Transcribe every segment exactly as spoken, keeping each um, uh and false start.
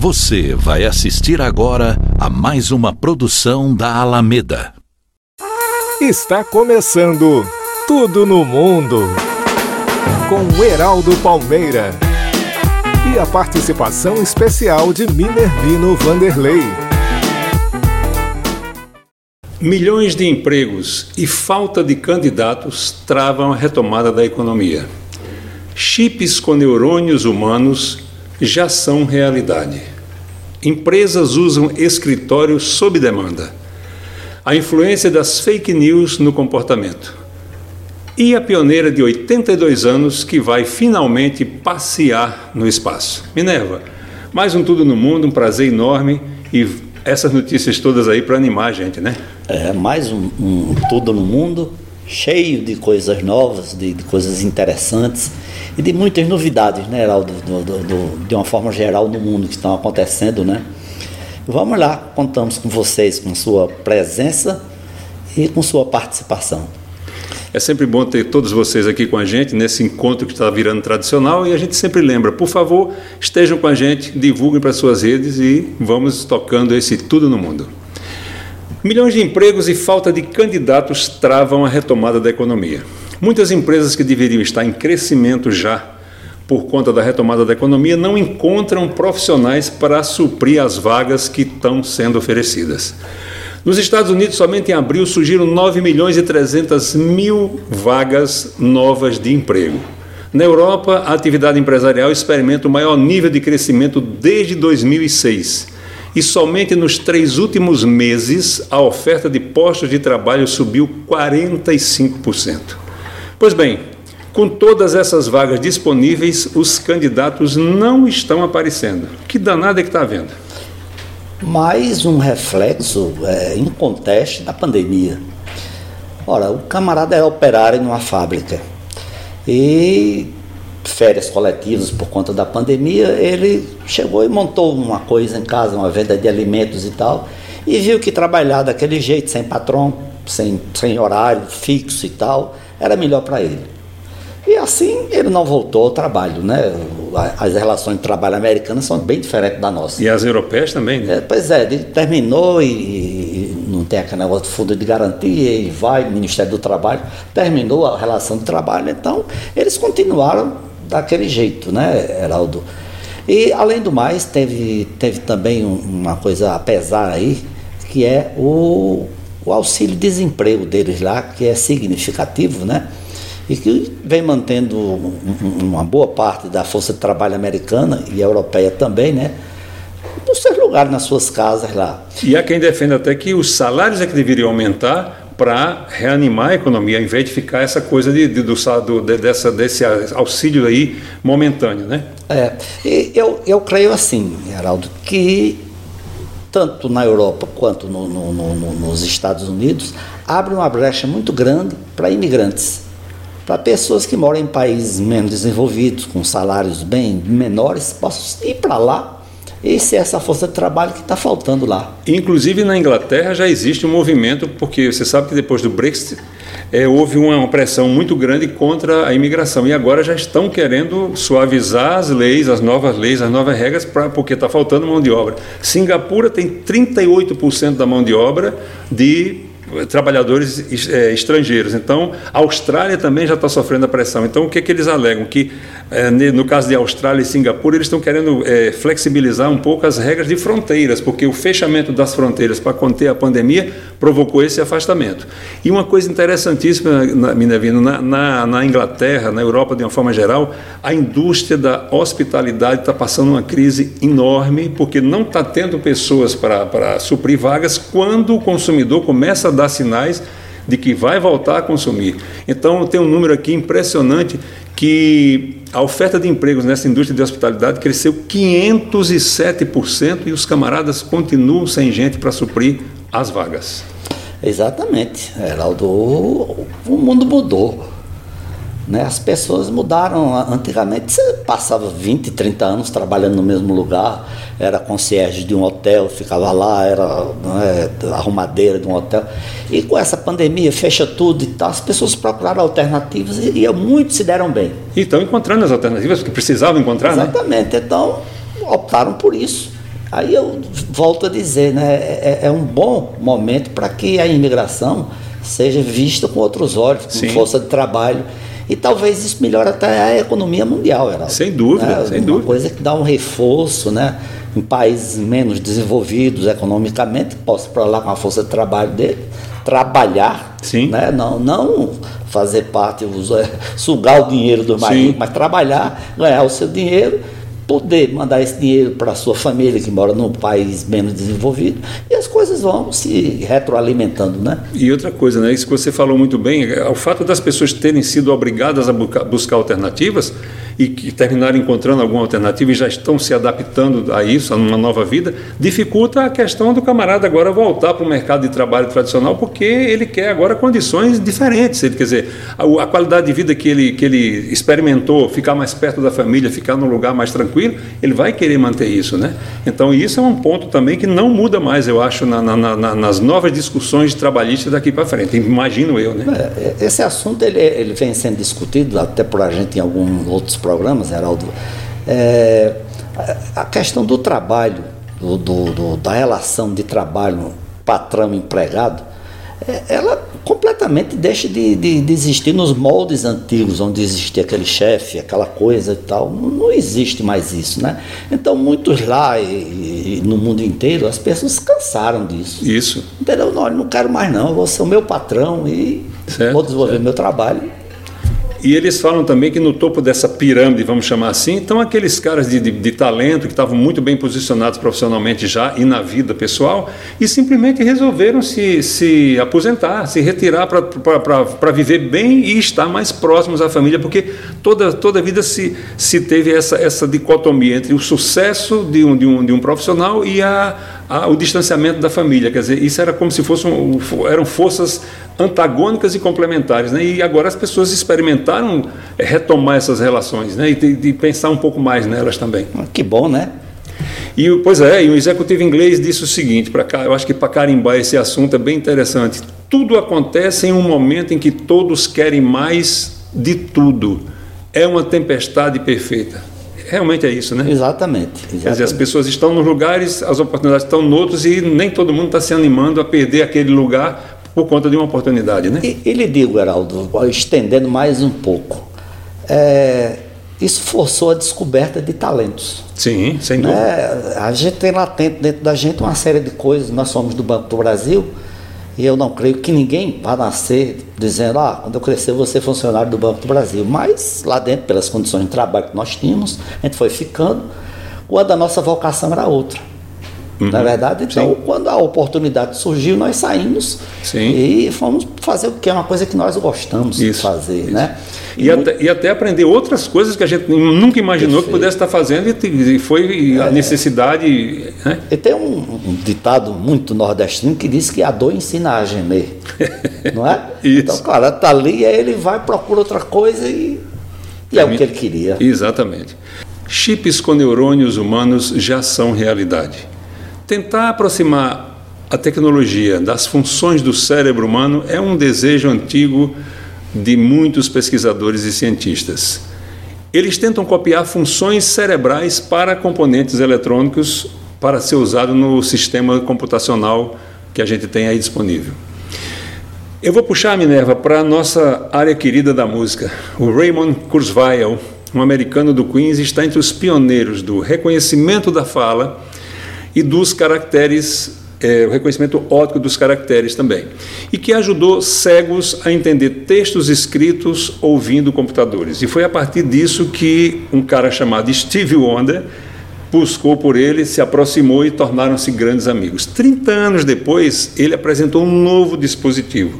Você vai assistir agora a mais uma produção da Alameda. Está começando Tudo no Mundo, com o Heraldo Palmeira e a participação especial de Minervino Vanderlei. Milhões de empregos e falta de candidatos travam a retomada da economia. Chips com neurônios humanos já são realidade. Empresas usam escritórios sob demanda. A influência das fake news no comportamento. E a pioneira de oitenta e dois anos que vai finalmente passear no espaço. Minerva, mais um Tudo no Mundo, um prazer enorme e essas notícias todas aí para animar a gente, né? É, mais um, um Tudo no Mundo, cheio de coisas novas, de, de coisas interessantes e de muitas novidades, né, Heraldo, do, do, do, de uma forma geral no mundo que estão acontecendo, né? Vamos lá, contamos com vocês, com sua presença e com sua participação. É sempre bom ter todos vocês aqui com a gente nesse encontro que está virando tradicional e a gente sempre lembra, por favor, estejam com a gente, divulguem para suas redes e vamos tocando esse Tudo no Mundo. Milhões de empregos e falta de candidatos travam a retomada da economia. Muitas empresas que deveriam estar em crescimento já por conta da retomada da economia não encontram profissionais para suprir as vagas que estão sendo oferecidas. Nos Estados Unidos, somente em abril, surgiram nove milhões e trezentas mil vagas novas de emprego. Na Europa, a atividade empresarial experimenta o maior nível de crescimento desde dois mil e seis. E somente nos três últimos meses, a oferta de postos de trabalho subiu quarenta e cinco por cento. Pois bem, com todas essas vagas disponíveis, os candidatos não estão aparecendo. Que danada é que está havendo? Mais um reflexo é, inconteste da pandemia. Ora, o camarada é operário numa fábrica e férias coletivas por conta da pandemia, ele chegou e montou uma coisa em casa, uma venda de alimentos e tal, e viu que trabalhar daquele jeito, sem patrão, sem, sem horário fixo e tal, era melhor para ele. E assim ele não voltou ao trabalho, né? As relações de trabalho americanas são bem diferentes da nossa. E as europeias também, né? É, pois é, ele terminou e, e não tem aquele negócio de fundo de garantia e vai, Ministério do Trabalho, terminou a relação de trabalho, então eles continuaram daquele jeito, né, Heraldo? E além do mais, teve, teve também uma coisa a pesar aí, que é o, o auxílio-desemprego deles lá, que é significativo, né? E que vem mantendo uma boa parte da força de trabalho americana e europeia também, né, nos seus lugares, nas suas casas lá. E há quem defenda até que os salários é que deveriam aumentar para reanimar a economia, ao invés de ficar essa coisa de, de, do, do, de, dessa, desse auxílio aí momentâneo, né? É, e eu, eu creio assim, Heraldo, que tanto na Europa quanto no, no, no, nos Estados Unidos abre uma brecha muito grande para imigrantes. Para pessoas que moram em países menos desenvolvidos, com salários bem menores, possam ir para lá e ser essa força de trabalho que está faltando lá. Inclusive na Inglaterra já existe um movimento, porque você sabe que depois do Brexit é, houve uma pressão muito grande contra a imigração e agora já estão querendo suavizar as leis, as novas leis, as novas regras, pra, porque está faltando mão de obra. Singapura tem trinta e oito por cento da mão de obra de trabalhadores é, estrangeiros. Então, a Austrália também já está sofrendo a pressão. Então, o que, é que eles alegam? Que, é, no caso de Austrália e Singapura, eles estão querendo é, flexibilizar um pouco as regras de fronteiras, porque o fechamento das fronteiras para conter a pandemia provocou esse afastamento. E uma coisa interessantíssima, Minervino, na, na, na Inglaterra, na Europa, de uma forma geral, a indústria da hospitalidade está passando uma crise enorme, porque não está tendo pessoas para, para suprir vagas quando o consumidor começa a dar sinais de que vai voltar a consumir. Então, tem um número aqui impressionante que a oferta de empregos nessa indústria de hospitalidade cresceu quinhentos e sete por cento e os camaradas continuam sem gente para suprir as vagas. Exatamente, Heraldo, o mundo mudou, né? As pessoas mudaram. Antigamente você passava vinte, trinta anos trabalhando no mesmo lugar, era concierge de um hotel, ficava lá, era, né, arrumadeira de um hotel, e com essa pandemia fecha tudo e tal, as pessoas procuraram alternativas e, e muitos se deram bem. E estão encontrando as alternativas que precisavam encontrar, exatamente, né? Então optaram por isso. Aí eu volto a dizer, né, é, é um bom momento para que a imigração seja vista com outros olhos, com Sim. força de trabalho. E talvez isso melhore até a economia mundial, Heraldo. Sem dúvida, né? sem Uma dúvida. coisa que dá um reforço, né? Em países menos desenvolvidos economicamente, possa ir para lá com a força de trabalho dele, trabalhar, Sim. né? não, não fazer parte, usar, sugar o dinheiro do mais rico, mas trabalhar, ganhar o seu dinheiro, poder mandar esse dinheiro para a sua família que mora num país menos desenvolvido, e as coisas vão se retroalimentando, né? E outra coisa, né? Isso que você falou muito bem, o fato das pessoas terem sido obrigadas a buscar alternativas e que terminarem encontrando alguma alternativa e já estão se adaptando a isso, a uma nova vida, dificulta a questão do camarada agora voltar para o mercado de trabalho tradicional, porque ele quer agora condições diferentes. Ele, quer dizer, a, a qualidade de vida que ele, que ele experimentou, ficar mais perto da família, ficar num lugar mais tranquilo, ele vai querer manter isso, né? Então isso é um ponto também que não muda mais, eu acho, na, na, na, nas novas discussões trabalhistas daqui para frente, imagino eu, né? É, esse assunto ele, ele vem sendo discutido até por a gente em alguns outros programas, Heraldo. É, a questão do trabalho, do, do, do, da relação de trabalho patrão-empregado, é, ela completamente deixa de, de, de existir nos moldes antigos, onde existia aquele chefe, aquela coisa e tal. Não, não existe mais isso, né? Então, muitos lá e, e no mundo inteiro, as pessoas cansaram disso. Isso. Entendeu? Não, eu não quero mais não, eu vou ser o meu patrão e certo, vou desenvolver certo. meu trabalho. E eles falam também que no topo dessa pirâmide, vamos chamar assim, estão aqueles caras de, de, de talento que estavam muito bem posicionados profissionalmente já e na vida pessoal e simplesmente resolveram se, se aposentar, se retirar para viver bem e estar mais próximos à família, porque toda, toda a vida se, se teve essa, essa dicotomia entre o sucesso de um, de um, de um profissional e a, a, o distanciamento da família. Quer dizer, isso era como se fossem, eram forças antagônicas e complementares, né? E agora as pessoas experimentaram retomar essas relações, né? E de, de pensar um pouco mais nelas também. Que bom, né? E, pois é, e o executivo inglês disse o seguinte, para cá, eu acho que para carimbar esse assunto é bem interessante. Tudo acontece em um momento em que todos querem mais de tudo. É uma tempestade perfeita. Realmente é isso, né? Exatamente, exatamente. Quer dizer, as pessoas estão nos lugares, as oportunidades estão noutros e nem todo mundo está se animando a perder aquele lugar por conta de uma oportunidade, né? E, e lhe digo, Heraldo, estendendo mais um pouco, é, isso forçou a descoberta de talentos. Sim, sem dúvida. Né? A gente tem latente dentro da gente uma série de coisas. Nós somos do Banco do Brasil e eu não creio que ninguém vá nascer dizendo, ah, quando eu crescer eu vou ser funcionário do Banco do Brasil. Mas lá dentro, pelas condições de trabalho que nós tínhamos, a gente foi ficando, quando a nossa vocação era outra. Uhum. Não é verdade? Então, sim, quando a oportunidade surgiu, nós saímos, sim, e fomos fazer o que é uma coisa que nós gostamos isso, de fazer. Isso. Né? E, e, até, e até aprender outras coisas que a gente nunca imaginou Perfeito. que pudesse estar fazendo e, e foi a é, necessidade. Né? E tem um, um ditado muito nordestino que diz que a dor ensina a gemer. Não é? Isso. Então, cara, está ali, aí ele vai, procura outra coisa e, e é o que ele queria. Exatamente. Chips com neurônios humanos já são realidade. Tentar aproximar a tecnologia das funções do cérebro humano é um desejo antigo de muitos pesquisadores e cientistas. Eles tentam copiar funções cerebrais para componentes eletrônicos para ser usado no sistema computacional que a gente tem aí disponível. Eu vou puxar a Minerva para a nossa área querida da música. O Raymond Kurzweil, um americano do Queens, está entre os pioneiros do reconhecimento da fala e dos caracteres, é, o reconhecimento óptico dos caracteres também, e que ajudou cegos a entender textos escritos ouvindo computadores. E foi a partir disso que um cara chamado Stevie Wonder buscou por ele, se aproximou e tornaram-se grandes amigos. trinta anos depois, ele apresentou um novo dispositivo,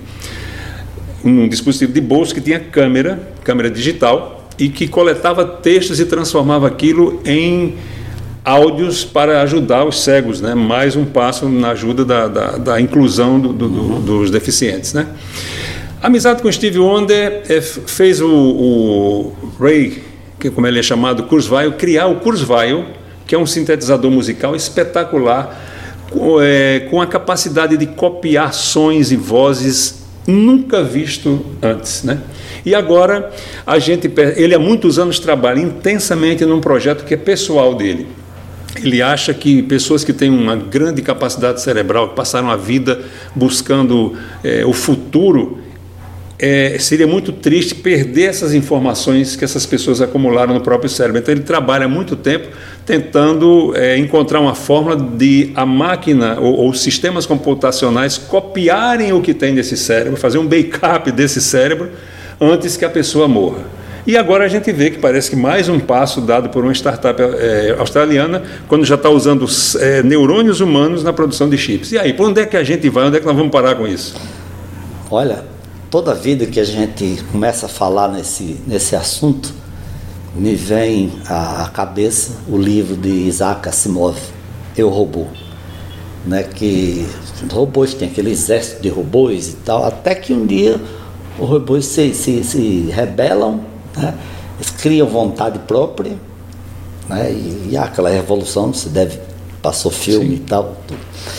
um dispositivo de bolso que tinha câmera, câmera digital, e que coletava textos e transformava aquilo em áudios para ajudar os cegos, né? Mais um passo na ajuda da, da, da inclusão do, do, do, dos deficientes, né? A amizade com Stevie Wonder é, fez o, o Ray, que como ele é chamado, Kurzweil, criar o Kurzweil, que é um sintetizador musical espetacular, com, é, com a capacidade de copiar sons e vozes nunca visto antes, né? E agora a gente, ele há muitos anos trabalha intensamente num projeto que é pessoal dele. Ele acha que pessoas que têm uma grande capacidade cerebral, que passaram a vida buscando é, o futuro, é, seria muito triste perder essas informações que essas pessoas acumularam no próprio cérebro. Então ele trabalha muito tempo tentando é, encontrar uma fórmula de a máquina ou, ou sistemas computacionais copiarem o que tem nesse cérebro, fazer um backup desse cérebro antes que a pessoa morra. E agora a gente vê que parece que mais um passo dado por uma startup é, australiana, quando já está usando é, neurônios humanos na produção de chips. E aí, para onde é que a gente vai? Onde é que nós vamos parar com isso? Olha, toda vida que a gente começa a falar nesse, nesse assunto, me vem à cabeça o livro de Isaac Asimov, Eu, Robô. Né, que os robôs têm aquele exército de robôs e tal, até que um dia os robôs se, se, se rebelam, né? Eles criam vontade própria, né? e, e aquela revolução, se deve, passou filme Sim. e tal. Tudo.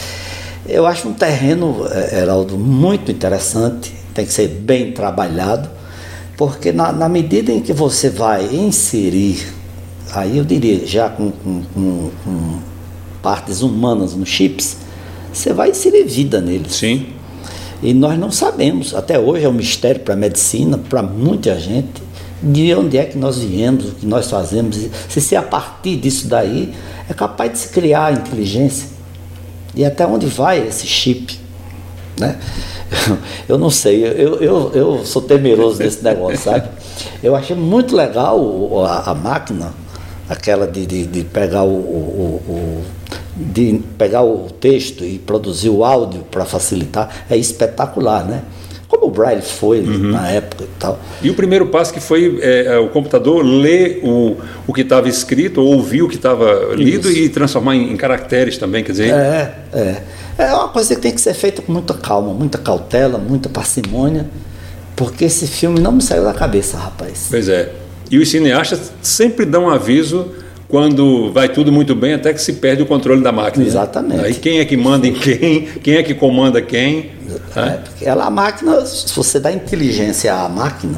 Eu acho um terreno, Heraldo, muito interessante, tem que ser bem trabalhado, porque na, na medida em que você vai inserir, aí eu diria, já com, com, com, com partes humanas nos chips, você vai inserir vida neles. Sim. E nós não sabemos, até hoje é um mistério para a medicina, para muita gente, de onde é que nós viemos, o que nós fazemos, se, se a partir disso daí é capaz de se criar a inteligência, e até onde vai esse chip, né? Eu, eu não sei, eu, eu, eu sou temeroso desse negócio, sabe? Eu achei muito legal a, a máquina, aquela de, de, de pegar o, o, o de pegar o texto e produzir o áudio para facilitar, é espetacular, né? Como o Braille foi uhum. na época e tal. E o primeiro passo que foi é, o computador ler o, o que estava escrito, ou ouvir o que estava lido Isso. e transformar em, em caracteres também, quer dizer... É, é. É uma coisa que tem que ser feita com muita calma, muita cautela, muita parcimônia, porque esse filme não me saiu da cabeça, rapaz. Pois é. E os cineastas sempre dão um aviso quando vai tudo muito bem, até que se perde o controle da máquina. Exatamente. Né? Aí quem é que manda em quem, quem é que comanda quem. É, né? Porque ela, a máquina, se você dá inteligência à máquina,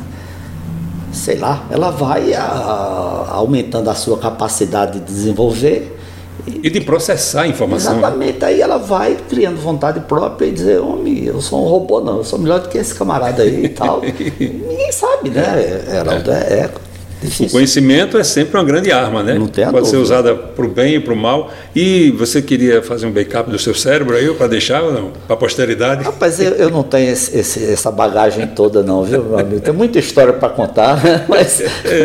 sei lá, ela vai a, a, aumentando a sua capacidade de desenvolver. E, e de processar a informação. Exatamente, né? Aí ela vai criando vontade própria e dizer, homem, eu sou um robô não, eu sou melhor do que esse camarada aí e tal. Ninguém sabe, né, Heraldo? É, é difícil. O conhecimento é sempre uma grande arma, né? Não tem a Pode dúvida. ser usada para o bem e para o mal. E você queria fazer um backup do seu cérebro aí, para deixar ou não? Para a posteridade? Rapaz, eu, eu não tenho esse, esse, essa bagagem toda não, viu, meu amigo? Tem muita história para contar, né? Mas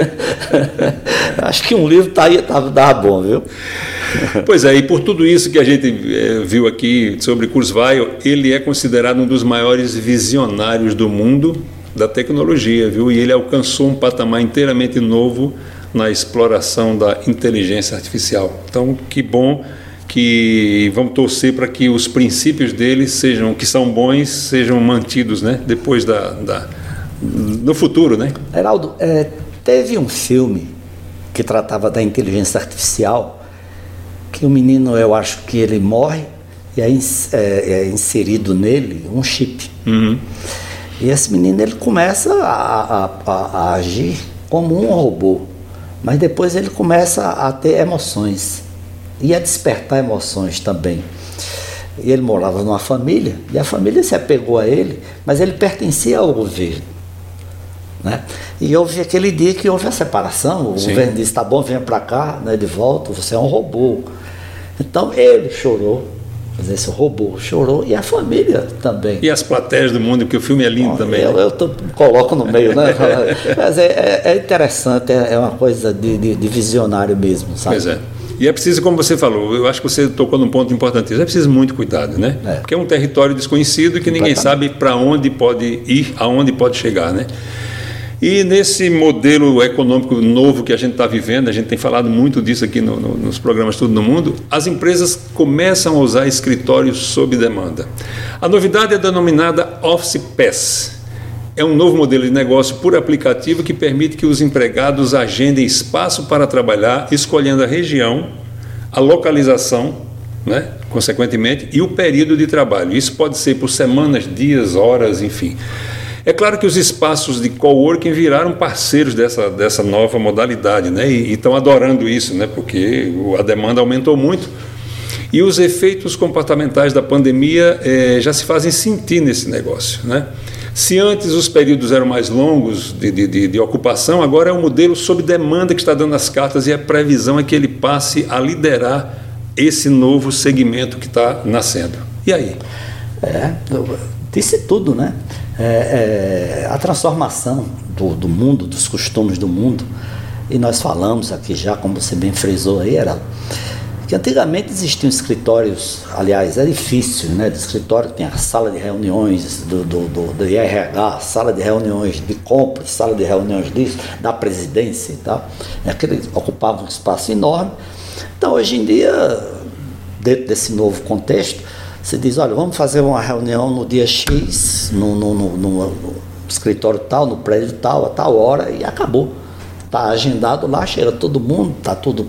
acho que um livro tá aí, tá, dá bom, viu? Pois é, e por tudo isso que a gente é, viu aqui sobre Kurzweil, ele é considerado um dos maiores visionários do mundo da tecnologia, viu? E ele alcançou um patamar inteiramente novo na exploração da inteligência artificial. Então, que bom que vamos torcer para que os princípios dele sejam, que são bons, sejam mantidos, né? Depois da, da no futuro, né? Heraldo, é, teve um filme que tratava da inteligência artificial, que o menino, eu acho que ele morre e aí é, é inserido nele um chip. Uhum. E esse menino, ele começa a, a, a, a agir como um robô, mas depois ele começa a ter emoções e a despertar emoções também. E ele morava numa família, e a família se apegou a ele, mas ele pertencia ao governo, né? E houve aquele dia que houve a separação, o Sim. governo disse, tá bom, venha para cá, né, de volta, você é um robô. Então ele chorou, quer dizer, esse robô chorou, e a família também. E as plateias do mundo, porque o filme é lindo Bom, também. Eu, né? eu tô, coloco no meio, né? Mas é, é, é interessante, é, é uma coisa de, de, de visionário mesmo, sabe? Pois é. E é preciso, como você falou, eu acho que você tocou num ponto importantíssimo, é preciso muito cuidado, né? É. Porque é um território desconhecido que ninguém sabe para onde pode ir, aonde pode chegar, né? E nesse modelo econômico novo que a gente está vivendo, a gente tem falado muito disso aqui no, no, nos programas Tudo no Mundo, as empresas começam a usar escritórios sob demanda. A novidade é denominada Office Pass. É um novo modelo de negócio por aplicativo que permite que os empregados agendem espaço para trabalhar, escolhendo a região, a localização, né, consequentemente, e o período de trabalho. Isso pode ser por semanas, dias, horas, enfim. É claro que os espaços de coworking viraram parceiros dessa, dessa nova modalidade, né? E estão adorando isso, né? Porque a demanda aumentou muito. E os efeitos comportamentais da pandemia eh, já se fazem sentir nesse negócio, né? Se antes os períodos eram mais longos de, de, de, de ocupação, agora é um modelo sob demanda que está dando as cartas e a previsão é que ele passe a liderar esse novo segmento que está nascendo. E aí? É, disse tudo, né? É, é, a transformação do, do mundo, dos costumes do mundo, e nós falamos aqui já, como você bem frisou aí, era que antigamente existiam escritórios, aliás, é difícil, né? Do escritório tem a sala de reuniões do, do, do, do I R H, sala de reuniões de compras, sala de reuniões disso, da presidência e tal. Aquele ocupava um espaço enorme. Então, hoje em dia, dentro desse novo contexto, você diz, olha, vamos fazer uma reunião no dia X, no, no, no, no, no escritório tal, no prédio tal, a tal hora, e acabou. Está agendado lá, chega todo mundo, está tudo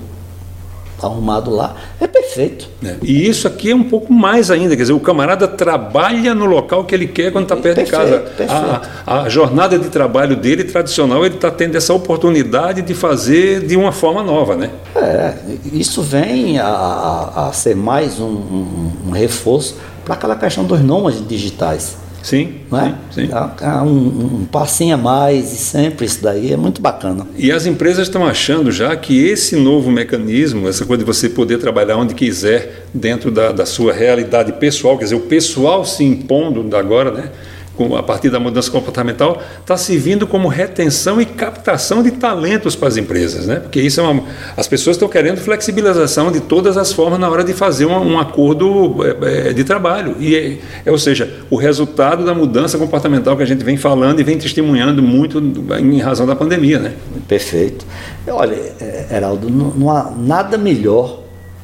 arrumado lá, é perfeito. É. E isso aqui é um pouco mais ainda, quer dizer, o camarada trabalha no local que ele quer quando está perto perfeito, de casa. Perfeito. A, a jornada de trabalho dele, tradicional, ele está tendo essa oportunidade de fazer de uma forma nova, né? É, isso vem a, a, a ser mais um, um, um reforço para aquela questão dos nômades digitais. Sim, não é? sim, sim. Há um, um passinho a mais e sempre isso daí é muito bacana. E as empresas estão achando já que esse novo mecanismo, essa coisa de você poder trabalhar onde quiser dentro da, da sua realidade pessoal, quer dizer, o pessoal se impondo agora, né? Com, a partir da mudança comportamental, está servindo como retenção e captação de talentos para as empresas, né? Porque isso é uma, as pessoas estão querendo flexibilização de todas as formas na hora de fazer um, um acordo é, de trabalho. E, é, ou seja, o resultado da mudança comportamental que a gente vem falando e vem testemunhando muito em razão da pandemia, né? Perfeito. Olha, Heraldo, não, não há nada melhor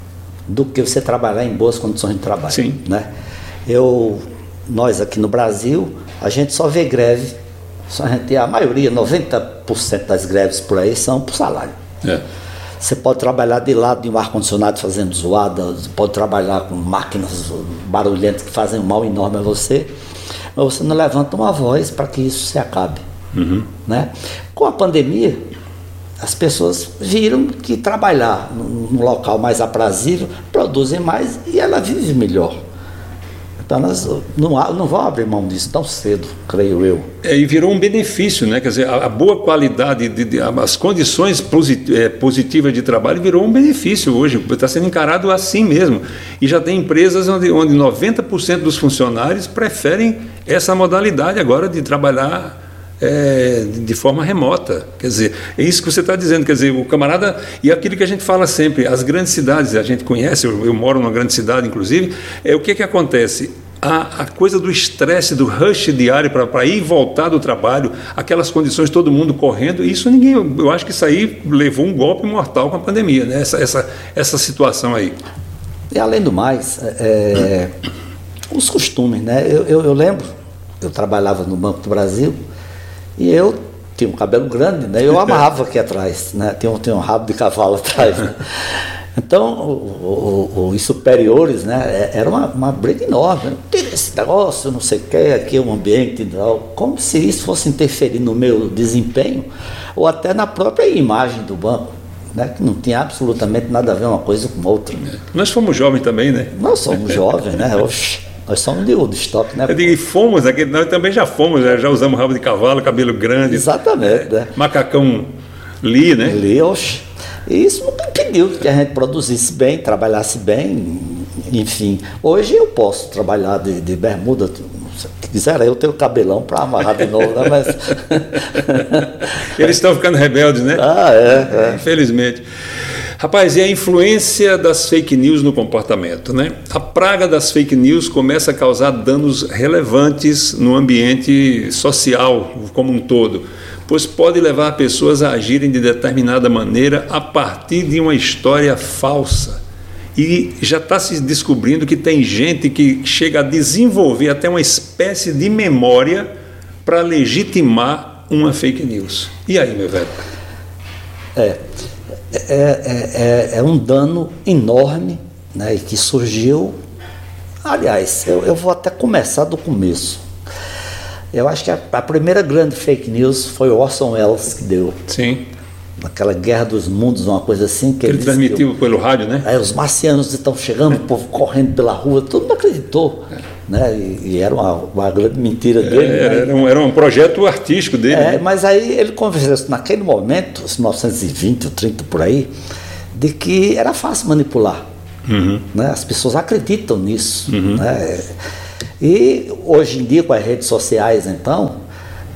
do que você trabalhar em boas condições de trabalho. Sim. Né? Eu... Nós aqui no Brasil, a gente só vê greve, só a, gente, a maioria, noventa por cento das greves por aí são por salário. É. Você pode trabalhar de lado de um ar-condicionado fazendo zoada, pode trabalhar com máquinas barulhentas que fazem um mal enorme a você, mas você não levanta uma voz para que isso se acabe. Uhum. Né? Com a pandemia, as pessoas viram que trabalhar num local mais aprazível produzem mais e ela vive melhor. Então, nós não, não vão abrir mão disso tão cedo, creio eu. É, e virou um benefício, né? Quer dizer, a, a boa qualidade, de, de, as condições posit, é, positivas de trabalho virou um benefício hoje, está sendo encarado assim mesmo. E já tem empresas onde, onde noventa por cento dos funcionários preferem essa modalidade agora de trabalhar é, de forma remota. Quer dizer, é isso que você está dizendo, quer dizer, o camarada, e aquilo que a gente fala sempre, as grandes cidades, a gente conhece, eu, eu moro numa grande cidade, inclusive, é o que que acontece? A, a coisa do estresse, do rush diário para ir e voltar do trabalho, aquelas condições, todo mundo correndo, isso ninguém, eu acho que isso aí levou um golpe mortal com a pandemia, né? essa, essa, essa situação aí. E além do mais, é, os costumes, né? Eu, eu, eu lembro, eu trabalhava no Banco do Brasil e eu tinha um cabelo grande, né? Eu amarrava aqui atrás, né? Tinha, tinha um rabo de cavalo atrás, né? Então, o, o, os superiores, né, era uma, uma briga enorme. Tira esse negócio, não sei o que, aqui é um ambiente, como se isso fosse interferir no meu desempenho ou até na própria imagem do banco, né, que não tinha absolutamente nada a ver uma coisa com outra. Né? Nós fomos jovens também, né? Nós somos jovens, né? Oxe, nós somos de Woodstock, né? Eu digo, e fomos, aqui, nós também já fomos, já, já usamos rabo de cavalo, cabelo grande. Exatamente, é, né? Macacão Lee, né? Lee, oxe. E isso não impediu que a gente produzisse bem, trabalhasse bem, enfim. Hoje eu posso trabalhar de, de bermuda, se quiser eu tenho cabelão para amarrar de novo, né? Mas... Eles estão ficando rebeldes, né? Ah, é, é. Infelizmente. Rapaz, e a influência das fake news no comportamento, né? A praga das fake news começa a causar danos relevantes no ambiente social como um todo, pois pode levar pessoas a agirem de determinada maneira a partir de uma história falsa. E já está se descobrindo que tem gente que chega a desenvolver até uma espécie de memória para legitimar uma fake news. E aí, meu velho? É, é, é, é um dano enorme, né, que surgiu. Aliás, eu, eu vou até começar do começo. Eu acho que a, a primeira grande fake news foi o Orson Welles que deu. Sim. Naquela Guerra dos Mundos, uma coisa assim. Que ele, ele transmitiu que, pelo rádio, né? Aí os marcianos estão chegando, o povo correndo pela rua, todo mundo acreditou. É. Né? E, e era uma, uma grande mentira dele. É, era, né? um, era um projeto artístico dele. É, né? Mas aí ele conversou naquele momento, mil novecentos e vinte ou trinta por aí, de que era fácil manipular. Uhum. Né? As pessoas acreditam nisso. Uhum. Né? E hoje em dia, com as redes sociais, então...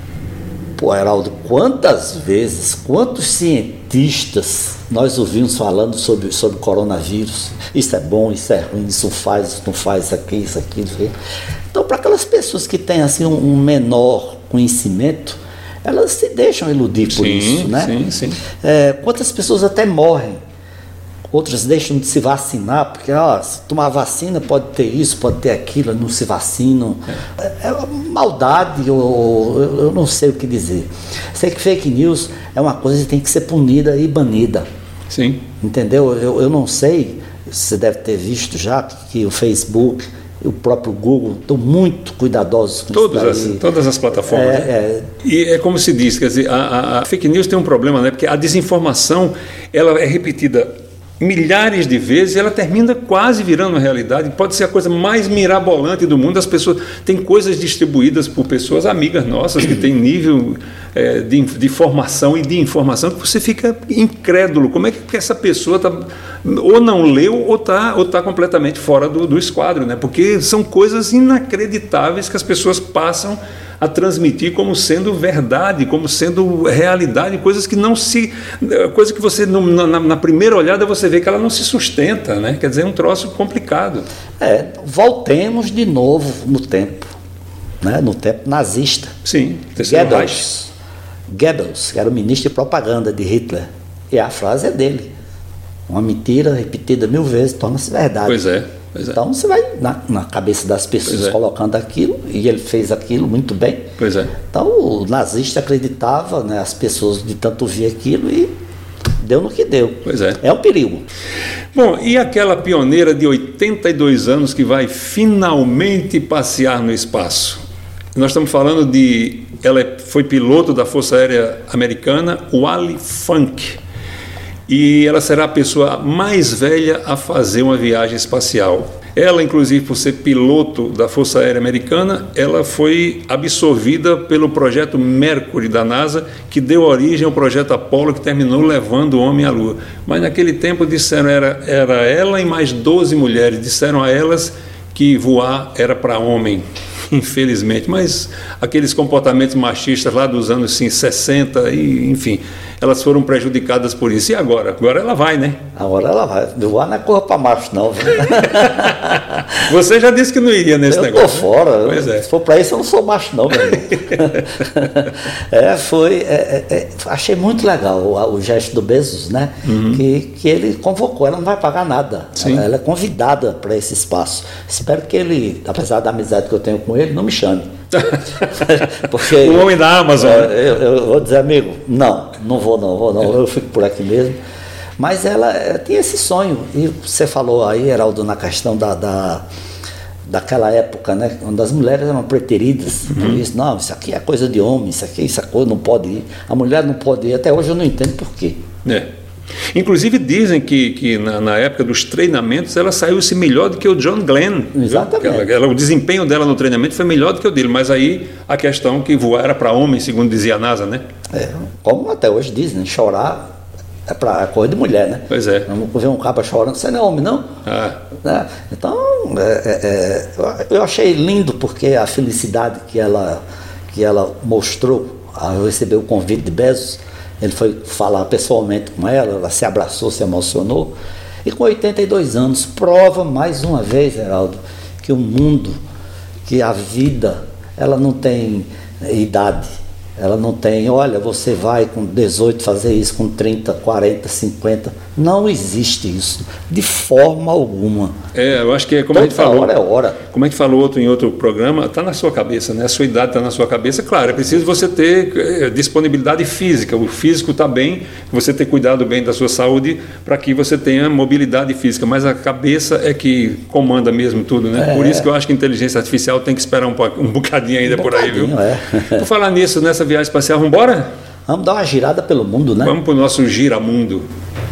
Pô, Heraldo, quantas vezes, quantos cientistas nós ouvimos falando sobre, sobre coronavírus? Isso é bom, isso é ruim, isso faz, isso não faz, isso aqui, isso aqui, isso aqui. Então, para aquelas pessoas que têm assim, um, um menor conhecimento, elas se deixam iludir por sim, isso, né? Sim, sim. É, quantas pessoas até morrem, outras deixam de se vacinar, porque ó, se tomar vacina pode ter isso, pode ter aquilo, não se vacinam. É, é maldade, ou eu, eu não sei o que dizer. Sei que fake news é uma coisa que tem que ser punida e banida. Sim. Entendeu? Eu, eu não sei, você deve ter visto já que o Facebook, o próprio Google estão muito cuidadosos com todas isso as, todas as plataformas. É, né? é... E é como se diz, quer dizer, a, a, a fake news tem um problema, né? Porque a desinformação ela é repetida milhares de vezes, ela termina quase virando uma realidade. Pode ser a coisa mais mirabolante do mundo. As pessoas têm coisas distribuídas por pessoas amigas nossas que têm nível é, de, de formação e de informação que você fica incrédulo. Como é que essa pessoa tá, ou não leu ou está ou tá completamente fora do, do esquadro, né? Porque são coisas inacreditáveis que as pessoas passam a transmitir como sendo verdade, como sendo realidade, coisas que não se, coisas que você na, na primeira olhada você vê que ela não se sustenta, né? Quer dizer, é um troço complicado. É, voltemos de novo no tempo, né? No tempo nazista. Sim, Goebbels, Goebbels, que era o ministro de propaganda de Hitler, e a frase é dele. Uma mentira repetida mil vezes torna-se verdade. Pois é. Pois é. Então você vai na, na cabeça das pessoas é. colocando aquilo, e ele fez aquilo muito bem. Pois é. Então o nazista acreditava, né, as pessoas de tanto ouvir aquilo e deu no que deu. Pois é. É um perigo. Bom, e aquela pioneira de oitenta e dois anos que vai finalmente passear no espaço? Nós estamos falando de... Ela foi piloto da Força Aérea Americana, Wally Funk. E ela será a pessoa mais velha a fazer uma viagem espacial. Ela, inclusive, por ser piloto da Força Aérea Americana, ela foi absorvida pelo projeto Mercury da NASA, que deu origem ao projeto Apollo, que terminou levando o homem à Lua. Mas naquele tempo disseram era era ela e mais doze mulheres. Disseram a elas que voar era para homem, infelizmente. Mas aqueles comportamentos machistas lá dos anos assim, sessenta, e, enfim, elas foram prejudicadas por isso. E agora? Agora ela vai, né? Agora ela vai. Voar não é corra para macho, não. Você já disse que não iria nesse eu negócio. Eu tô fora. Pois é. Se for para isso, eu não sou macho, não, meu amigo. é, foi... É, é, achei muito legal o, o gesto do Bezos, né? Uhum. Que, que ele convocou. Ela não vai pagar nada. Ela, ela é convidada para esse espaço. Espero que ele, apesar da amizade que eu tenho com ele, não me chame. Porque o homem da Amazon. Eu, eu, eu vou dizer, amigo, não, não vou não, vou não, eu fico por aqui mesmo. Mas ela, ela tinha esse sonho, e você falou aí, Heraldo, na questão da, da, daquela época, né, quando as mulheres eram preteridas, uhum. isso, não, isso aqui é coisa de homem, isso aqui, isso aqui não pode ir, a mulher não pode ir, até hoje eu não entendo por quê. É. Inclusive dizem que, que na, na época dos treinamentos ela saiu-se melhor do que o John Glenn. Exatamente. Ela, ela, o desempenho dela no treinamento foi melhor do que o dele, mas aí a questão que voar era para homem, segundo dizia a NASA, né? É, como até hoje dizem, né? Chorar é para coisa de mulher, né? Pois é. Vamos ver um cabo chorando, você não é homem, não? Ah. Né? Então, é, é, eu achei lindo porque a felicidade que ela, que ela mostrou ao receber o convite de Bezos. Ele foi falar pessoalmente com ela, ela se abraçou, se emocionou. E com oitenta e dois anos, prova mais uma vez, Heraldo, que o mundo, que a vida, ela não tem idade. Ela não tem, olha, você vai com dezoito fazer isso, com trinta, quarenta, cinquenta. Não existe isso, de forma alguma. É, eu acho que é como a gente falou. Hora é hora. Como a gente falou outro, em outro programa, está na sua cabeça, né? A sua idade está na sua cabeça. Claro, é preciso você ter é, disponibilidade física. O físico está bem, você ter cuidado bem da sua saúde para que você tenha mobilidade física. Mas a cabeça é que comanda mesmo tudo, né? É. Por isso que eu acho que a inteligência artificial tem que esperar um, um bocadinho ainda um por aí, viu? É. Por falar nisso, nessa viagem espacial, vamos embora? Vamos dar uma girada pelo mundo, né? Vamos para o nosso giramundo.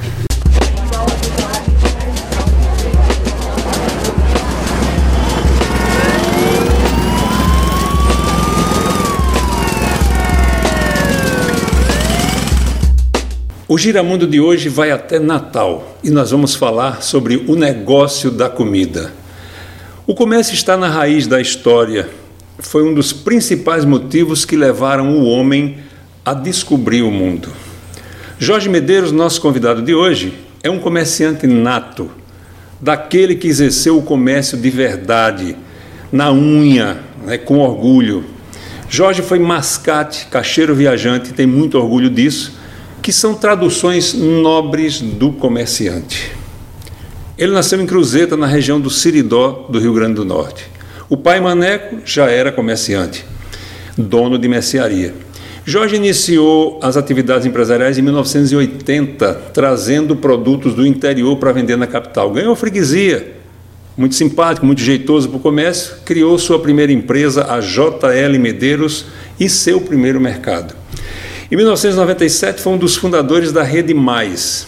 O Giramundo de hoje vai até Natal e nós vamos falar sobre o negócio da comida. O comércio está na raiz da história. Foi um dos principais motivos que levaram o homem a descobrir o mundo. Jorge Medeiros, nosso convidado de hoje, é um comerciante nato, daquele que exerceu o comércio de verdade, na unha, né, com orgulho. Jorge foi mascate, caixeiro viajante, tem muito orgulho disso, que são traduções nobres do comerciante. Ele nasceu em Cruzeta, na região do Siridó, do Rio Grande do Norte. O pai Maneco já era comerciante, dono de mercearia. Jorge iniciou as atividades empresariais em mil novecentos e oitenta, trazendo produtos do interior para vender na capital. Ganhou freguesia, muito simpático, muito jeitoso para o comércio, criou sua primeira empresa, a J L Medeiros, e seu primeiro mercado. Em mil novecentos e noventa e sete, foi um dos fundadores da Rede Mais,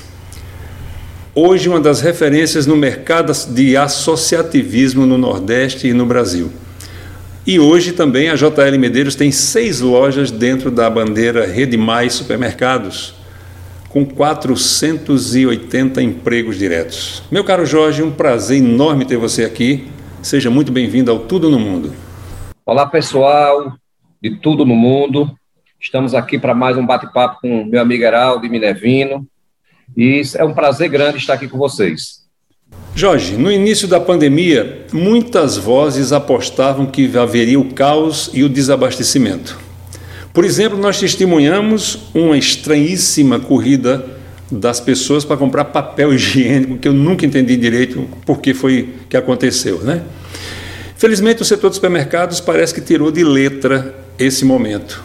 hoje uma das referências no mercado de associativismo no Nordeste e no Brasil. E hoje também a J L Medeiros tem seis lojas dentro da bandeira Rede Mais Supermercados, com quatrocentos e oitenta empregos diretos. Meu caro Jorge, um prazer enorme ter você aqui. Seja muito bem-vindo ao Tudo no Mundo. Olá, pessoal de Tudo no Mundo. Estamos aqui para mais um bate-papo com meu amigo Heraldo Minevino. E é um prazer grande estar aqui com vocês. Jorge, no início da pandemia, muitas vozes apostavam que haveria o caos e o desabastecimento. Por exemplo, nós testemunhamos uma estranhíssima corrida das pessoas para comprar papel higiênico, que eu nunca entendi direito por que foi que aconteceu, né? Felizmente, o setor dos supermercados parece que tirou de letra esse momento.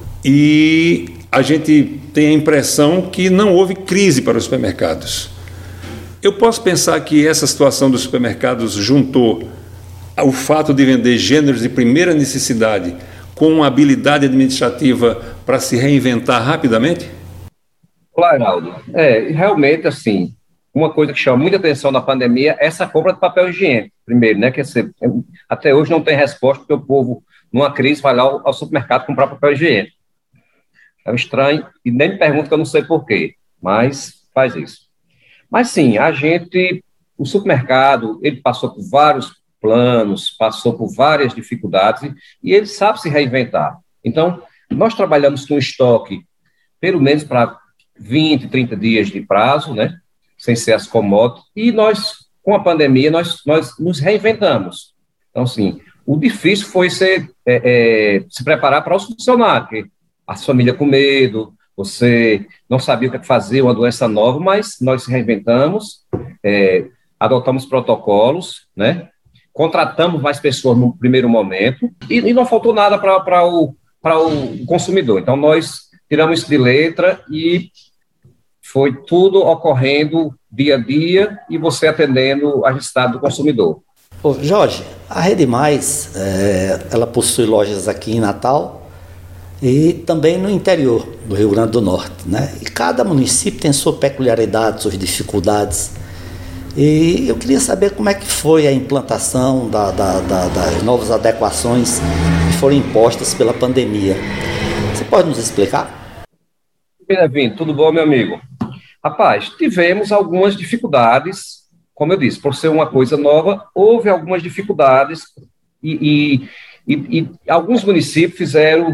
E a gente tem a impressão que não houve crise para os supermercados. Eu posso pensar que essa situação dos supermercados juntou o fato de vender gêneros de primeira necessidade com uma habilidade administrativa para se reinventar rapidamente? Olá, Heraldo. É, realmente, assim, uma coisa que chama muita atenção na pandemia é essa compra de papel higiênico, primeiro, né? Que esse, até hoje não tem resposta, porque o povo, numa crise, vai lá ao, ao supermercado comprar papel higiênico. É estranho, e nem me pergunta que eu não sei porquê, mas faz isso. Mas sim, a gente, o supermercado, ele passou por vários planos, passou por várias dificuldades, e, e ele sabe se reinventar. Então, nós trabalhamos com estoque, pelo menos para vinte, trinta dias de prazo, né, sem ser as commodities, e nós, com a pandemia, nós, nós nos reinventamos. Então, sim, o difícil foi ser, é, é, se preparar para os funcionários, porque a família com medo, você não sabia o que fazer, uma doença nova, mas nós se reinventamos, é, adotamos protocolos, né? Contratamos mais pessoas no primeiro momento e, e não faltou nada para o, o consumidor. Então, nós tiramos isso de letra e foi tudo ocorrendo dia a dia e você atendendo a necessidade do consumidor. Ô, Jorge, a Rede Mais, é, ela possui lojas aqui em Natal e também no interior do Rio Grande do Norte, né? E cada município tem sua peculiaridade, suas dificuldades. E eu queria saber como é que foi a implantação da, da, da, das novas adequações que foram impostas pela pandemia. Você pode nos explicar? Bem-vindo, tudo bom, meu amigo? Rapaz, tivemos algumas dificuldades, como eu disse, por ser uma coisa nova, houve algumas dificuldades e, e, e, e alguns municípios fizeram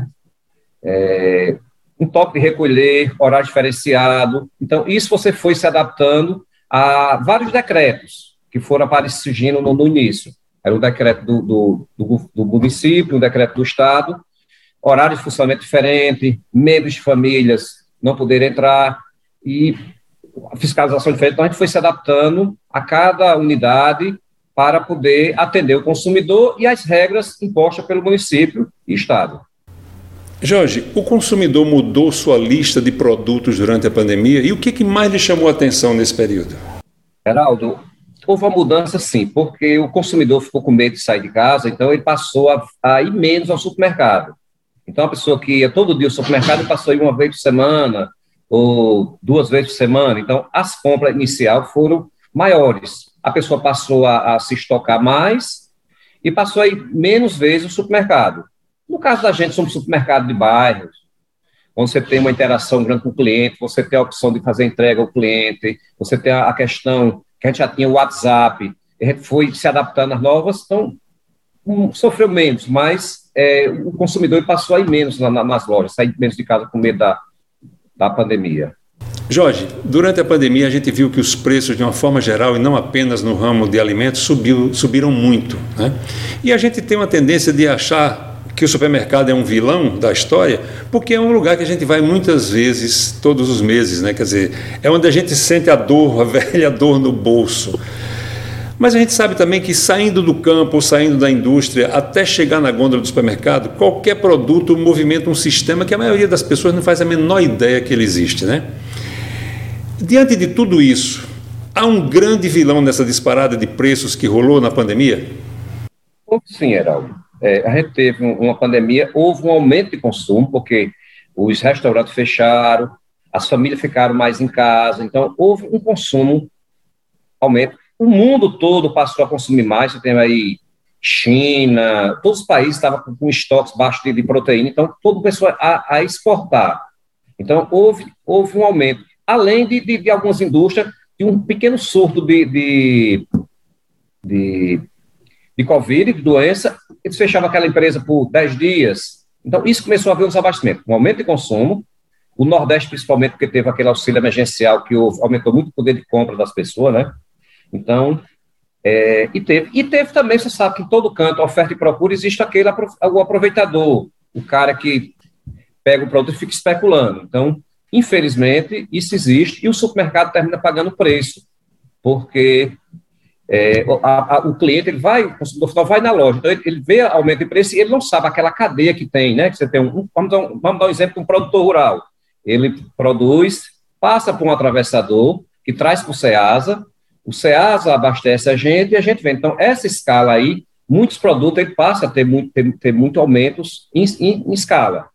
É, um toque de recolher, horário diferenciado. Então, isso você foi se adaptando a vários decretos que foram aparecendo no, no início. Era o decreto do, do, do, do município, o decreto do Estado. horário de funcionamento diferente, membros de famílias não poderem entrar e fiscalização diferente. Então, a gente foi se adaptando a cada unidade para poder atender o consumidor e as regras impostas pelo município e Estado. Jorge, o consumidor mudou sua lista de produtos durante a pandemia e o que, que mais lhe chamou a atenção nesse período? Geraldo, houve uma mudança sim, porque o consumidor ficou com medo de sair de casa, então ele passou a, a ir menos ao supermercado. Então a pessoa que ia todo dia ao supermercado passou a ir uma vez por semana ou duas vezes por semana. Então as compras iniciais foram maiores. A pessoa passou a, a se estocar mais e passou a ir menos vezes ao supermercado. No caso da gente, somos supermercado de bairros, onde você tem uma interação grande com o cliente, você tem a opção de fazer entrega ao cliente, você tem a questão que a gente já tinha o WhatsApp, a gente foi se adaptando às novas, então um, sofreu menos, mas é, o consumidor passou a ir menos na, na, nas lojas, sair menos de casa com medo da, da pandemia. Jorge, durante a pandemia a gente viu que os preços, de uma forma geral, e não apenas no ramo de alimentos, subiu, subiram muito, né? E a gente tem uma tendência de achar que o supermercado é um vilão da história, porque é um lugar que a gente vai muitas vezes, todos os meses, né? Quer dizer, é onde a gente sente a dor, a velha dor no bolso. Mas a gente sabe também que saindo do campo, saindo da indústria, até chegar na gôndola do supermercado, qualquer produto movimenta um sistema que a maioria das pessoas não faz a menor ideia que ele existe, né? Diante de tudo isso, há um grande vilão nessa disparada de preços que rolou na pandemia? Sim, Heraldo. É, a gente teve uma pandemia, houve um aumento de consumo, porque os restaurantes fecharam, as famílias ficaram mais em casa, então houve um consumo, aumento. O mundo todo passou a consumir mais, você tem aí China, todos os países estavam com, com estoques baixos de, de proteína, então todo começou a, a exportar. Então houve, houve um aumento, além de, de, de algumas indústrias, de um pequeno surto de... de, de de Covid, de doença, eles fechavam aquela empresa por dez dias. Então, isso começou a haver um desabastecimento, um aumento de consumo, o Nordeste, principalmente, porque teve aquele auxílio emergencial que houve, aumentou muito o poder de compra das pessoas, né? Então, é, e, teve, e teve também, você sabe que em todo canto, oferta e procura, existe aquele o aproveitador, o cara que pega o produto e fica especulando. Então, infelizmente, isso existe, e o supermercado termina pagando o preço, porque... É, a, a, o cliente, ele vai, o consumidor final vai na loja, então ele, ele vê aumento de preço e ele não sabe aquela cadeia que tem, né, que você tem um, vamos dar um, vamos dar um exemplo de um produtor rural, ele produz, passa por um atravessador, que traz para o Ceasa, o Ceasa abastece a gente e a gente vende. Então, essa escala aí, muitos produtos, ele passa a ter muito, ter, ter muito aumentos em, em, em escala,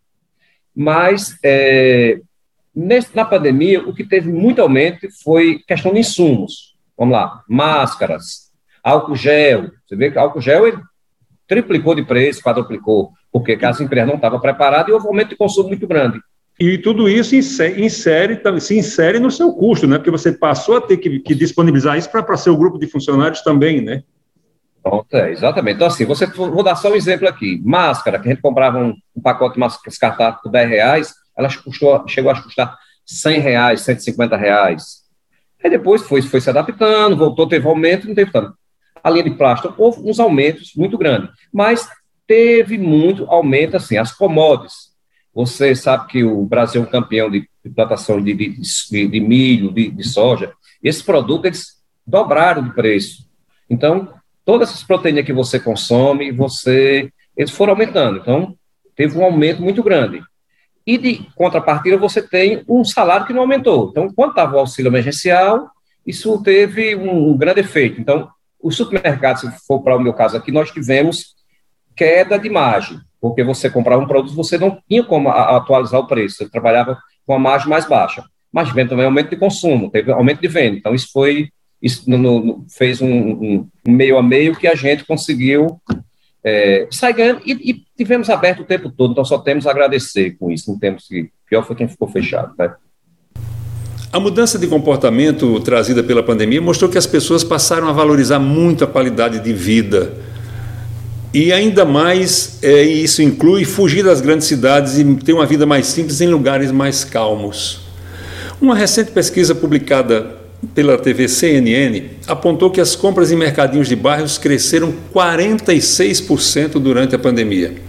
mas é, nesse, na pandemia, o que teve muito aumento foi questão de insumos. Vamos lá, máscaras, álcool gel. Você vê que álcool gel ele triplicou de preço, quadruplicou, porque as empresas não estavam preparadas e houve um aumento de consumo muito grande. E tudo isso insere, insere, se insere no seu custo, né? Porque você passou a ter que, que disponibilizar isso para seu grupo de funcionários também, né? Pronto, é, exatamente. Então, assim, você, vou dar só um exemplo aqui. Máscara, que a gente comprava um, um pacote de máscara descartável por dez reais, ela custou, chegou a custar cem reais, cento e cinquenta reais. Aí depois foi, foi se adaptando, voltou, teve aumento, não teve tanto. A linha de plástico, houve uns aumentos muito grandes, mas teve muito aumento, assim, as commodities. Você sabe que o Brasil é um campeão de, de plantação de, de, de, de milho, de, de soja. Esses produtos, eles dobraram de preço. Então, todas essas proteínas que você consome, você, eles foram aumentando. Então, teve um aumento muito grande. E, de contrapartida, você tem um salário que não aumentou. Então, quando estava o auxílio emergencial, isso teve um, um grande efeito. Então, os supermercados, se for para o meu caso aqui, nós tivemos queda de margem, porque você comprava um produto, você não tinha como a, atualizar o preço, você trabalhava com a margem mais baixa. Mas vendo também aumento de consumo, teve aumento de venda. Então, isso foi, isso no, no, fez um, um, um meio a meio que a gente conseguiu é, sair ganhando e, e tivemos aberto o tempo todo, então só temos a agradecer com isso, não temos que, pior foi quem ficou fechado, né? A mudança de comportamento trazida pela pandemia mostrou que as pessoas passaram a valorizar muito a qualidade de vida. E ainda mais, é, isso inclui fugir das grandes cidades e ter uma vida mais simples em lugares mais calmos. Uma recente pesquisa publicada pela T V C N N apontou que as compras em mercadinhos de bairros cresceram quarenta e seis por cento durante a pandemia.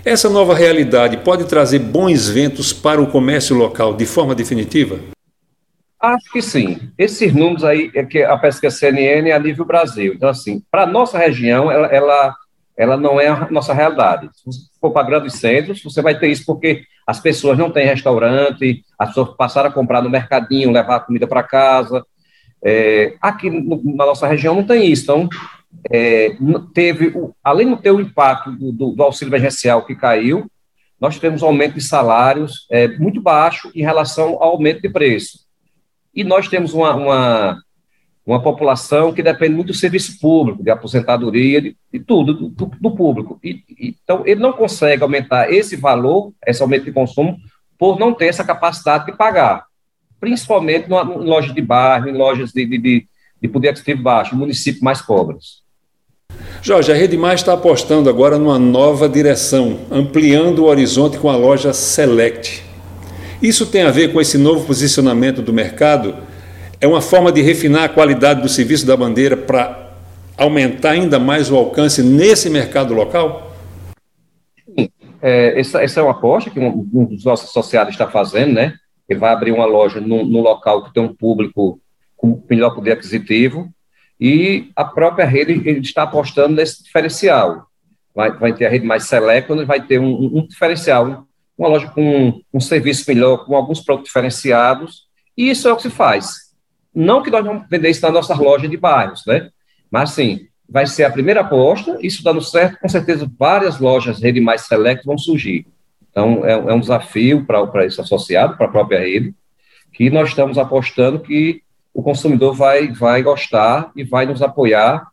Essa nova realidade pode trazer bons ventos para o comércio local de forma definitiva? Acho que sim. Esses números aí, é que a pesquisa C N N é a nível Brasil. Então, assim, para a nossa região, ela, ela, ela não é a nossa realidade. Se você for para grandes centros, você vai ter isso porque as pessoas não têm restaurante, as pessoas passaram a comprar no mercadinho, levar a comida para casa. É, aqui no, na nossa região não tem isso. Então, é, teve, além de ter o impacto do, do, do auxílio emergencial que caiu, nós tivemos um aumento de salários é, muito baixo em relação ao aumento de preço. E nós temos uma, uma, uma população que depende muito do serviço público, de aposentadoria, de, de tudo, do, do público. E, e, então, ele não consegue aumentar esse valor, esse aumento de consumo, por não ter essa capacidade de pagar. Principalmente em lojas de bairro, em lojas de, de, de, de poder aquisitivo baixo, em municípios mais pobres. Jorge, a Rede Mais está apostando agora numa nova direção, ampliando o horizonte com a loja Select. Isso tem a ver com esse novo posicionamento do mercado? É uma forma de refinar a qualidade do serviço da bandeira para aumentar ainda mais o alcance nesse mercado local? Sim, é, essa, essa é uma aposta que um, um dos nossos associados está fazendo, né? Ele vai abrir uma loja no, no local que tem um público com melhor poder aquisitivo e a própria rede ele está apostando nesse diferencial. Vai, vai ter a Rede Mais Select, onde vai ter um, um diferencial, uma loja com um serviço melhor, com alguns produtos diferenciados, e isso é o que se faz. Não que nós vamos vender isso nas nossas lojas de bairros, né? Mas, sim, vai ser a primeira aposta, isso dando certo, com certeza várias lojas Rede Mais Select vão surgir. Então, é, é um desafio para esse associado, para a própria rede, que nós estamos apostando que o consumidor vai, vai gostar e vai nos apoiar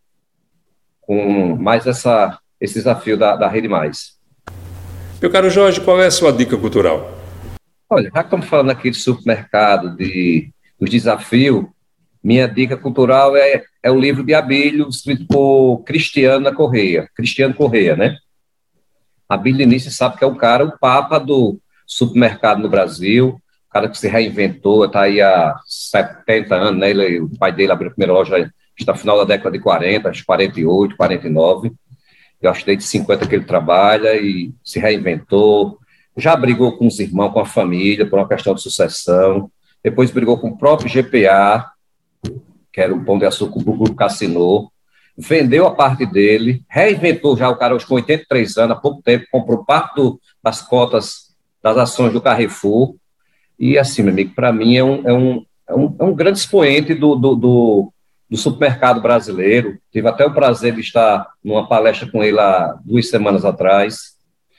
com mais essa, esse desafio da, da Rede Mais. Meu caro Jorge, qual é a sua dica cultural? Olha, já que estamos falando aqui de supermercado, de, dos desafios, minha dica cultural é, é o livro de Abílio, escrito por Cristiano Correia, Cristiano Correia, né? Abílio Diniz, você sabe que é o cara, o papa do supermercado no Brasil, o cara que se reinventou, está aí há setenta anos, né? Ele, o pai dele abriu a primeira loja no final da década de quarenta, acho quarenta e oito, quarenta e nove. Eu acho que desde cinquenta que ele trabalha e se reinventou. Já brigou com os irmãos, com a família, por uma questão de sucessão. Depois brigou com o próprio G P A, que era o Pão de Açúcar do Grupo Cassinô. Vendeu a parte dele, reinventou já o cara hoje com oitenta e três anos, há pouco tempo, comprou parte do, das cotas das ações do Carrefour. E assim, meu amigo, para mim é um, é, um, é, um, é um grande expoente do, do, do, do supermercado brasileiro. Tive até o prazer de estar numa palestra com ele há duas semanas atrás,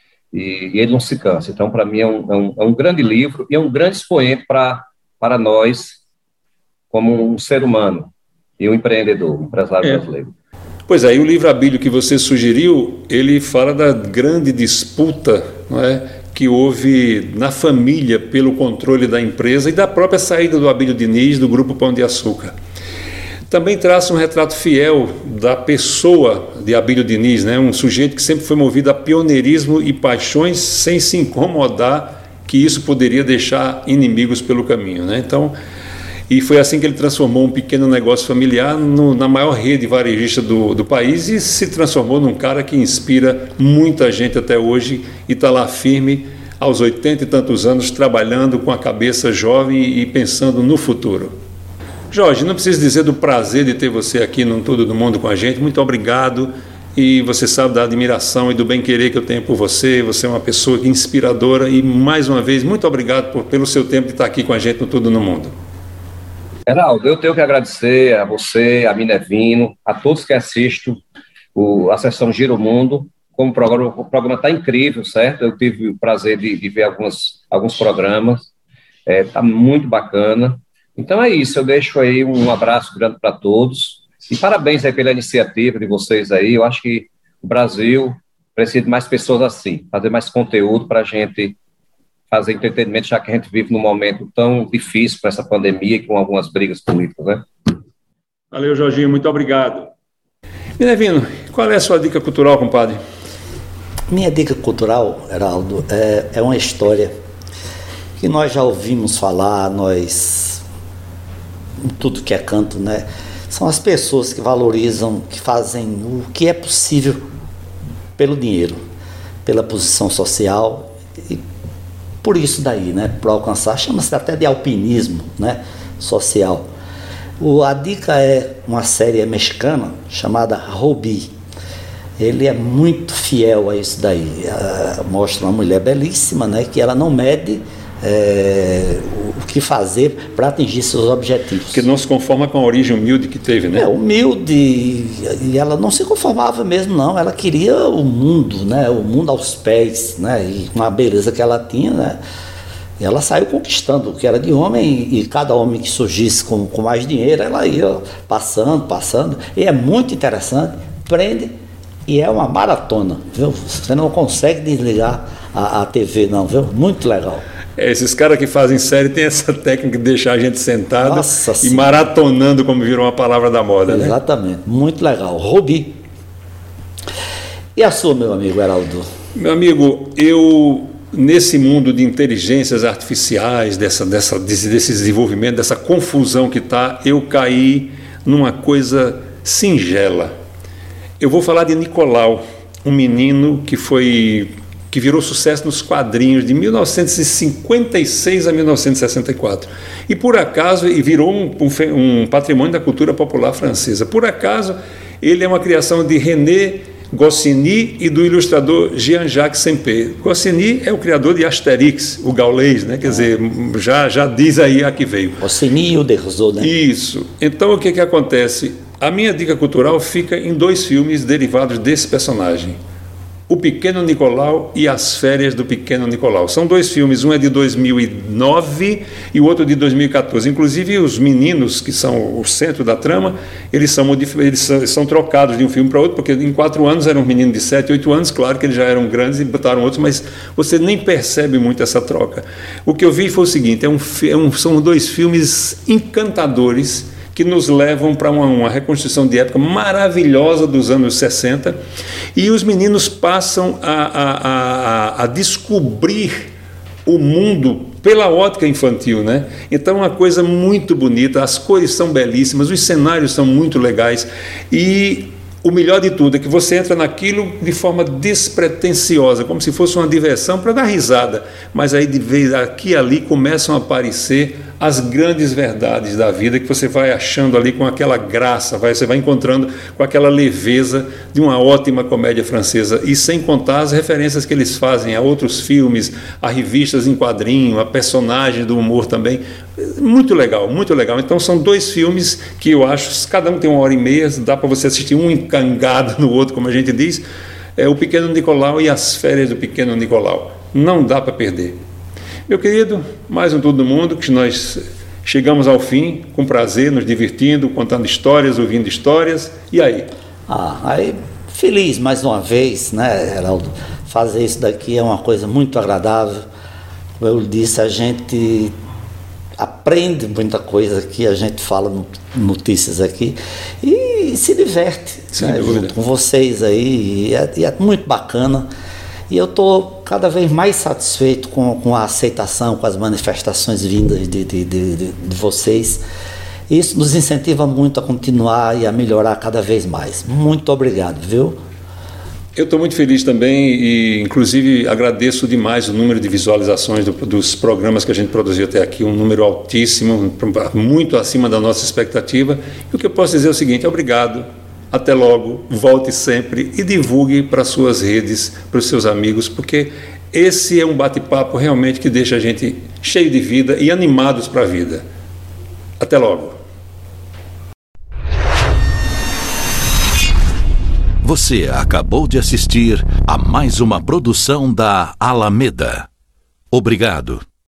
e, e ele não se cansa. Então, para mim, é um, é, um, é um grande livro e é um grande expoente pra, para nós, como um ser humano e um empreendedor, um empresário é. brasileiro. Pois é, e o livro Abílio que você sugeriu, ele fala da grande disputa, não é, que houve na família pelo controle da empresa e da própria saída do Abílio Diniz do Grupo Pão de Açúcar. Também traça um retrato fiel da pessoa de Abílio Diniz, né? Um sujeito que sempre foi movido a pioneirismo e paixões sem se incomodar que isso poderia deixar inimigos pelo caminho, né? Então, e foi assim que ele transformou um pequeno negócio familiar no, na maior rede varejista do, do país e se transformou num cara que inspira muita gente até hoje e está lá firme aos oitenta e tantos anos, trabalhando com a cabeça jovem e pensando no futuro. Jorge, não preciso dizer do prazer de ter você aqui no Tudo do Mundo com a gente. Muito obrigado. E você sabe da admiração e do bem-querer que eu tenho por você. Você é uma pessoa inspiradora e, mais uma vez, muito obrigado por, pelo seu tempo de estar aqui com a gente no Tudo no Mundo. Geraldo, eu tenho que agradecer a você, a Minevino, a todos que assistem o, a sessão Giro Mundo. Como o programa o programa está incrível, certo? Eu tive o prazer de, de ver algumas, alguns programas. Está é, muito bacana. Então é isso, eu deixo aí um abraço grande para todos e parabéns aí pela iniciativa de vocês aí. Eu acho que o Brasil precisa de mais pessoas assim, fazer mais conteúdo para a gente fazer entretenimento, já que a gente vive num momento tão difícil com essa pandemia e com algumas brigas políticas, né? Valeu, Jorginho, muito obrigado. Minevino, qual é a sua dica cultural, compadre? Minha dica cultural, Heraldo, é, é uma história que nós já ouvimos falar, nós... tudo que é canto, né? São as pessoas que valorizam, que fazem o que é possível pelo dinheiro. pela posição social, e por isso daí, né, para alcançar, chama-se até de alpinismo, né, social. O, a dica é uma série mexicana chamada Ruby. Ele é muito fiel a isso daí. Uh, mostra uma mulher belíssima, né, que ela não mede é, o que fazer para atingir seus objetivos. Que não se conforma com a origem humilde que teve, né? É, humilde, e ela não se conformava mesmo, não. Ela queria o mundo, né, o mundo aos pés, né, e com a beleza que ela tinha, né, ela saiu conquistando o que era de homem, e cada homem que surgisse com, com mais dinheiro, ela ia passando, passando, e é muito interessante, prende, e é uma maratona, viu? Você não consegue desligar a, a T V, não, viu? Muito legal. É, esses caras que fazem série têm essa técnica de deixar a gente sentado Nossa e senhora. Maratonando, como virou uma palavra da moda, né? Exatamente, muito legal. Ruby. E a sua, meu amigo Heraldo? Meu amigo, eu, nesse mundo de inteligências artificiais, dessa, dessa, desse, desse desenvolvimento, dessa confusão que está, eu caí numa coisa singela. Eu vou falar de Nicolau, um menino que foi... que virou sucesso nos quadrinhos de mil novecentos e cinquenta e seis a mil novecentos e sessenta e quatro. E por acaso, e virou um, um, um patrimônio da cultura popular francesa. Por acaso, ele é uma criação de René Goscinny e do ilustrador Jean-Jacques Sempé. Goscinny é o criador de Asterix, o gaulês, né? Quer dizer, já, já diz aí a que veio. Goscinny e o Derzo, né? Isso. Então, o que, que acontece? A minha dica cultural fica em dois filmes derivados desse personagem. O Pequeno Nicolau e As Férias do Pequeno Nicolau. São dois filmes, um é de dois mil e nove e o outro de dois mil e quatorze. Inclusive, os meninos, que são o centro da trama, eles são, eles são, eles são trocados de um filme para outro, porque em quatro anos eram um menino de sete, oito anos, claro que eles já eram grandes e botaram outros, mas você nem percebe muito essa troca. O que eu vi foi o seguinte, é um, é um, são dois filmes encantadores, que nos levam para uma, uma reconstrução de época maravilhosa dos anos sessenta, e os meninos passam a, a, a, a descobrir o mundo pela ótica infantil, né? Então é uma coisa muito bonita, as cores são belíssimas, os cenários são muito legais, e o melhor de tudo é que você entra naquilo de forma despretensiosa, como se fosse uma diversão para dar risada, mas aí de vez aqui e ali começam a aparecer as grandes verdades da vida que você vai achando ali com aquela graça, vai, você vai encontrando com aquela leveza de uma ótima comédia francesa, e sem contar as referências que eles fazem a outros filmes, a revistas em quadrinho, a personagens do humor também. Muito legal, muito legal. Então são dois filmes que eu acho, cada um tem uma hora e meia, dá para você assistir um encangado no outro, como a gente diz, é O Pequeno Nicolau e As Férias do Pequeno Nicolau. Não dá para perder. Meu querido, mais um Tudo do Mundo, que nós chegamos ao fim, com prazer, nos divertindo, contando histórias, ouvindo histórias. E aí? Ah, aí, feliz mais uma vez, né, Heraldo? Fazer isso daqui é uma coisa muito agradável. Como eu disse, a gente aprende muita coisa aqui, a gente fala notícias aqui e se diverte, né, junto com vocês aí, e é, e é muito bacana. E eu estou cada vez mais satisfeito com, com a aceitação, com as manifestações vindas de, de, de, de, de vocês. Isso nos incentiva muito a continuar e a melhorar cada vez mais. Muito obrigado, viu? Eu estou muito feliz também e, inclusive, agradeço demais o número de visualizações do, dos programas que a gente produziu até aqui, um número altíssimo, muito acima da nossa expectativa. E o que eu posso dizer é o seguinte: obrigado. Até logo, volte sempre e divulgue para suas redes, para os seus amigos, porque esse é um bate-papo realmente que deixa a gente cheio de vida e animados para a vida. Até logo. Você acabou de assistir a mais uma produção da Alameda. Obrigado.